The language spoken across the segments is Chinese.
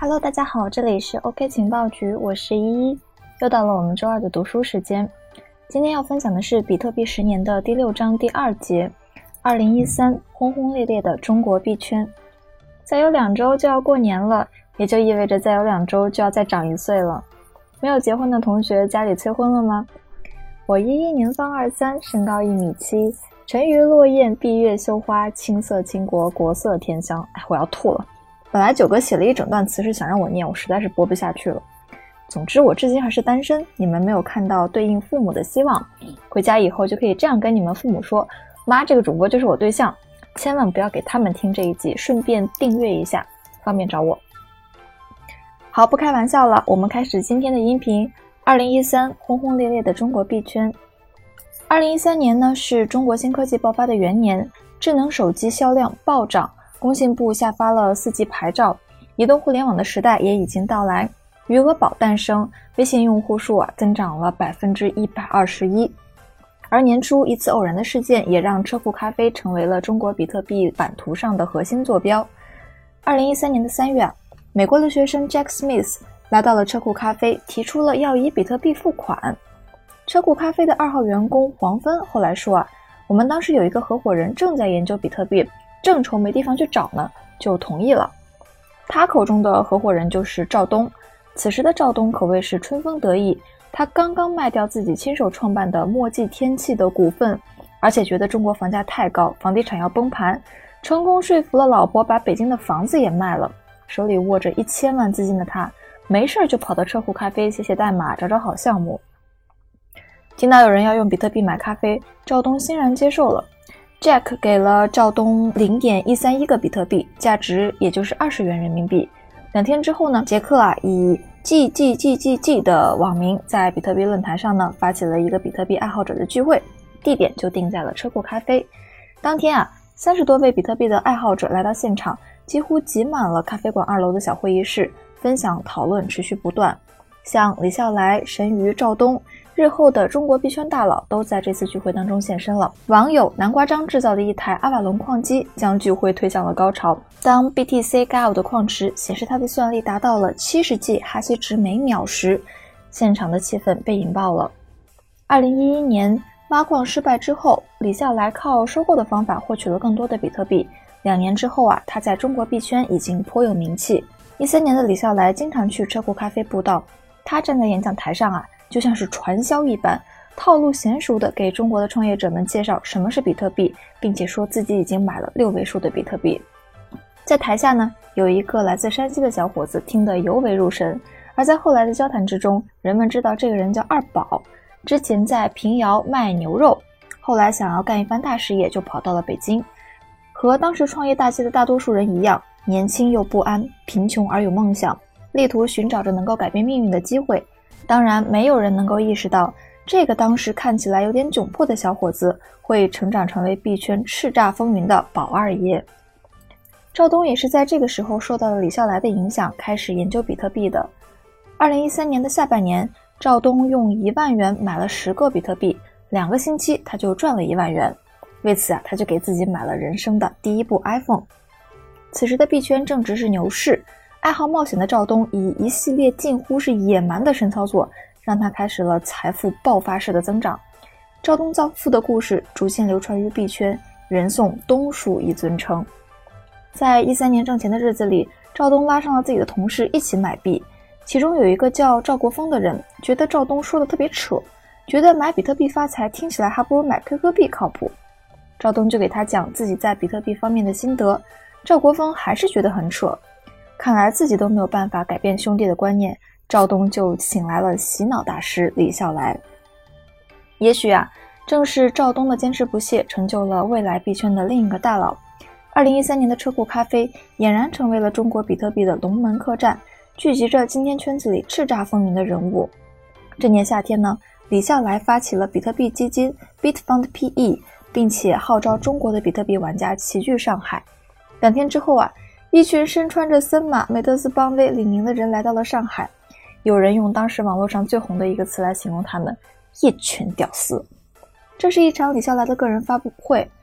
Hello， 大家好，这里是 OK 情报局，我是依依，又到了我们周二的读书时间。今天要分享的是比特币10年的第6章第2节，2013轰轰烈烈的中国币圈。再有2周就要过年了，也就意味着再有2周就要再长1岁了。没有结婚的同学家里催婚了吗？我依依年方23，身高1.7米，沉鱼落雁，闭月羞花，青色倾国，国色天香。我要吐了。本来九哥写了一整段词是想让我念，我实在是播不下去了。总之我至今还是单身，你们没有看到对应父母的希望，回家以后就可以这样跟你们父母说，妈，这个主播就是我对象，千万不要给他们听这一集，顺便订阅一下，方便找我。好，不开玩笑了，我们开始今天的音频。2013轰轰烈烈的中国币圈。2013年呢是中国新科技爆发的元年，智能手机销量暴涨，工信部下发了4级牌照，移动互联网的时代也已经到来，余额宝诞生，微信用户数增长了 121%。 而年初一次偶然的事件也让车库咖啡成为了中国比特币版图上的核心坐标。2013年的3月美国留学生 Jack Smith 来到了车库咖啡，提出了要以比特币付款。车库咖啡的2号员工黄芬后来说我们当时有一个合伙人正在研究比特币，正愁没地方去找呢，就同意了。他口中的合伙人就是赵东，此时的赵东可谓是春风得意，他刚刚卖掉自己亲手创办的墨迹天气的股份，而且觉得中国房价太高，房地产要崩盘，成功说服了老婆把北京的房子也卖了。手里握着1000万资金的他，没事就跑到车库咖啡写代码，找好项目。听到有人要用比特币买咖啡，赵东欣然接受了。Jack 给了赵东 0.131 个比特币，价值也就是20元人民币。2天之后呢，杰克以 GGGGG 的网名在比特币论坛上呢发起了一个比特币爱好者的聚会，地点就定在了车库咖啡。当天30多位比特币的爱好者来到现场，几乎挤满了咖啡馆2楼的小会议室，分享讨论持续不断。像李笑来、神鱼、赵东，日后的中国币圈大佬都在这次聚会当中现身了。网友南瓜张制造的一台阿瓦隆矿机将聚会推向了高潮。当 BTC Gao 的矿池显示它的算力达到了70G 哈希值每秒时，现场的气氛被引爆了。2011年挖矿失败之后，李笑来靠收购的方法获取了更多的比特币。2年之后他在中国币圈已经颇有名气。13年的李笑来经常去车库咖啡布道，他站在演讲台上就像是传销一般，套路娴熟地给中国的创业者们介绍什么是比特币，并且说自己已经买了6位数的比特币。在台下呢，有一个来自山西的小伙子听得尤为入神，而在后来的交谈之中，人们知道这个人叫二宝，之前在平遥卖牛肉，后来想要干一番大事业，就跑到了北京。和当时创业大计的大多数人一样，年轻又不安，贫穷而有梦想，力图寻找着能够改变命运的机会。当然没有人能够意识到，这个当时看起来有点窘迫的小伙子会成长成为币圈叱咤风云的宝二爷。赵东也是在这个时候受到了李笑来的影响，开始研究比特币的。2013年的下半年，赵东用1万元买了10个比特币，2个星期他就赚了1万元。为此他就给自己买了人生的第1部 iPhone。 此时的币圈正值是牛市，爱好冒险的赵东以一系列近乎是野蛮的神操作，让他开始了财富爆发式的增长。赵东造富的故事逐渐流传于币圈，人送东叔一尊称。在13年挣钱的日子里，赵东拉上了自己的同事一起买币，其中有一个叫赵国峰的人觉得赵东说的特别扯，觉得买比特币发财听起来还不如买 QQ 币靠谱。赵东就给他讲自己在比特币方面的心得，赵国峰还是觉得很扯，看来自己都没有办法改变兄弟的观念，赵东就请来了洗脑大师李笑来。也许正是赵东的坚持不懈，成就了未来币圈的另一个大佬。2013年的车库咖啡俨然成为了中国比特币的龙门客栈，聚集着今天圈子里叱咤风云的人物。这年夏天呢，李笑来发起了比特币基金 Bitfund PE， 并且号召中国的比特币玩家齐聚上海。2天之后一群身穿着森马、美特斯邦威李宁的人来到了上海，有人用当时网络上最红的一个词来形容他们，一群屌丝。这是一场李笑来的个人发布会，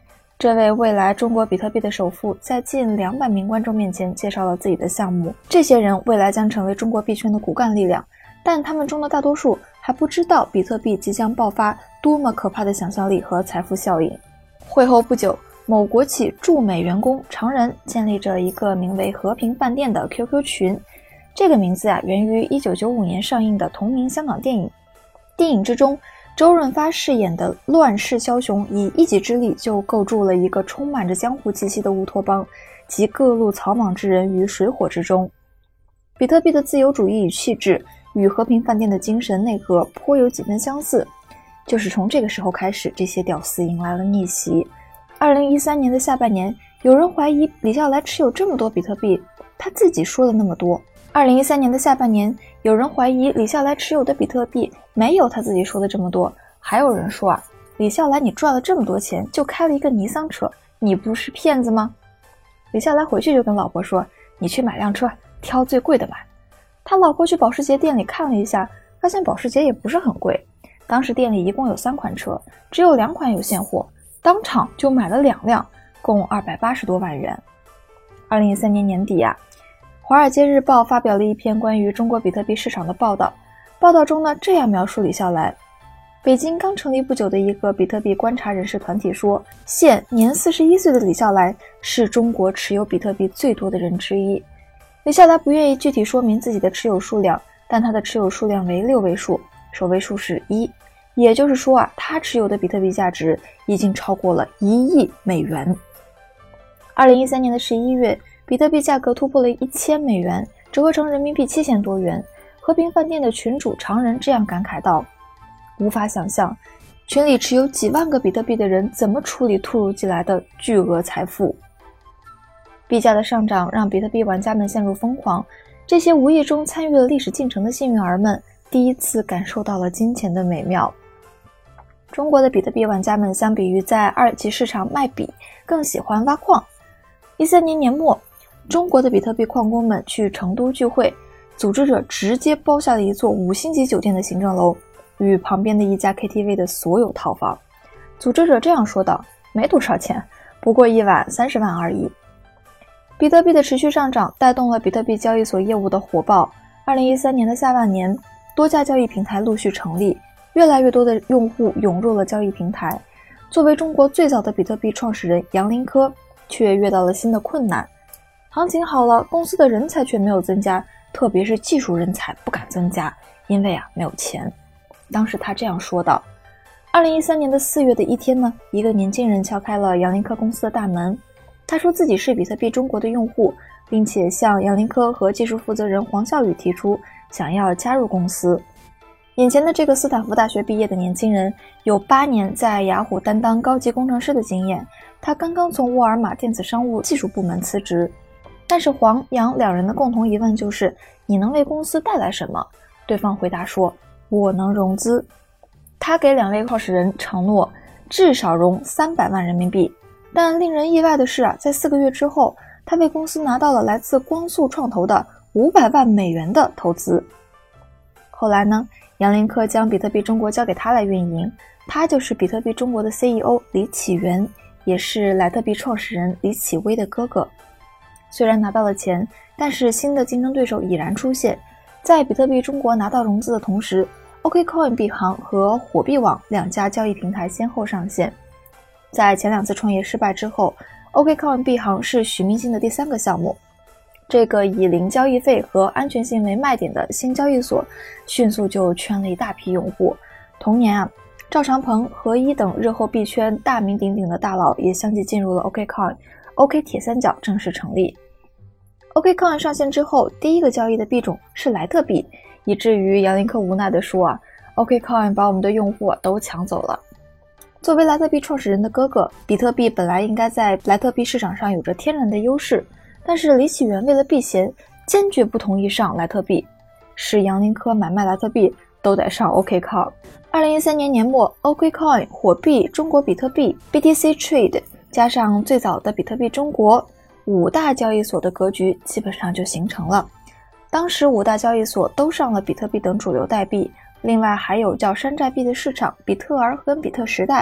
这位未来中国比特币的首富在近200名观众面前介绍了自己的项目，这些人未来将成为中国币圈的骨干力量，但他们中的大多数还不知道比特币即将爆发多么可怕的想象力和财富效应。会后不久，某国企驻美员工常人建立着一个名为和平饭店的 QQ 群，这个名字源于1995年上映的同名香港电影。电影之中，周润发饰演的乱世枭雄以一己之力就构筑了一个充满着江湖气息的乌托邦，集各路草莽之人于水火之中。比特币的自由主义与气质与和平饭店的精神内核颇有几分相似，就是从这个时候开始，这些屌丝迎来了逆袭。2013年的下半年，有人怀疑李笑来持有这么多比特币，他自己说了那么多。2013年的下半年，有人怀疑李笑来持有的比特币没有他自己说的这么多，还有人说李笑来你赚了这么多钱，就开了一个尼桑车，你不是骗子吗？李笑来回去就跟老婆说，你去买辆车，挑最贵的买。他老婆去保时捷店里看了一下，发现保时捷也不是很贵，当时店里一共有3款车，只有2款有现货，当场就买了2辆，共280多万元。2013年年底华尔街日报发表了一篇关于中国比特币市场的报道，报道中这样描述李笑来：北京刚成立不久的一个比特币观察人士团体说，现年41岁的李笑来是中国持有比特币最多的人之一。李笑来不愿意具体说明自己的持有数量，但他的持有数量为6位数，首位数是1，也就是说他持有的比特币价值已经超过了1亿美元。2013年的11月，比特币价格突破了1000美元，折合成人民币7000多元。和平饭店的群主常人这样感慨道，无法想象群里持有几万个比特币的人怎么处理突如其来的巨额财富。币价的上涨让比特币玩家们陷入疯狂，这些无意中参与了历史进程的幸运儿们第一次感受到了金钱的美妙。中国的比特币玩家们相比于在二级市场卖比，更喜欢挖矿。13年年末，中国的比特币矿工们去成都聚会，组织者直接包下了一座5星级酒店的行政楼与旁边的一家 KTV 的所有套房。组织者这样说道，没多少钱，不过一晚30万而已。比特币的持续上涨带动了比特币交易所业务的火爆。2013年的下半年，多家交易平台陆续成立，越来越多的用户涌入了交易平台。作为中国最早的比特币创始人杨林科却遇到了新的困难，行情好了，公司的人才却没有增加，特别是技术人才不敢增加，因为没有钱。当时他这样说道。2013年的4月的一天呢，一个年轻人敲开了杨林科公司的大门，他说自己是比特币中国的用户，并且向杨林科和技术负责人黄孝宇提出想要加入公司。眼前的这个斯坦福大学毕业的年轻人有8年在雅虎担当高级工程师的经验，他刚刚从沃尔玛电子商务技术部门辞职。但是黄杨两人的共同疑问就是你能为公司带来什么？对方回答说我能融资。他给2位创始人承诺至少融300万人民币，但令人意外的是在4个月之后，他为公司拿到了来自光速创投的500万美元的投资。后来呢，杨林科将比特币中国交给他来运营，他就是比特币中国的 CEO 李启源，也是莱特币创始人李启威的哥哥。虽然拿到了钱，但是新的竞争对手已然出现。在比特币中国拿到融资的同时， OKCoin 币行和火币网2家交易平台先后上线。在前2次创业失败之后， OKCoin 币行是许明星的第3个项目。这个以零交易费和安全性为卖点的新交易所迅速就圈了一大批用户。同年赵长鹏、何一等日后币圈大名鼎鼎的大佬也相继进入了 OKCoin，OK 铁三角正式成立。OKCoin 上线之后，第一个交易的币种是莱特币，以至于杨林科无奈地说OKCoin 把我们的用户都抢走了。作为莱特币创始人的哥哥，比特币本来应该在莱特币市场上有着天然的优势，但是李启源为了避嫌，坚决不同意上莱特币，使杨林科买卖莱特币都得上 OKCoin。2013年年末， OKCoin、火币、中国比特币、 BTC Trade 加上最早的比特币中国5大交易所的格局基本上就形成了。当时5大交易所都上了比特币等主流代币，另外还有叫山寨币的市场比特儿和比特时代，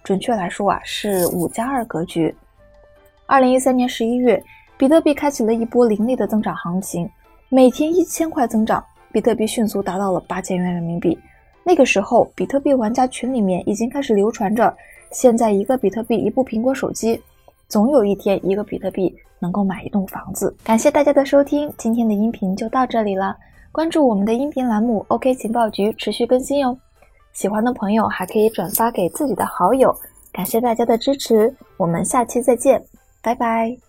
准确来说是5+2格局。2013年11月，比特币开启了一波凌厉的增长行情，每天1000块增长，比特币迅速达到了8000元人民币。那个时候，比特币玩家群里面已经开始流传着现在一个比特币一部苹果手机，总有一天一个比特币能够买一栋房子。感谢大家的收听，今天的音频就到这里了。关注我们的音频栏目 OK 情报局，持续更新哟。喜欢的朋友还可以转发给自己的好友。感谢大家的支持，我们下期再见，拜拜。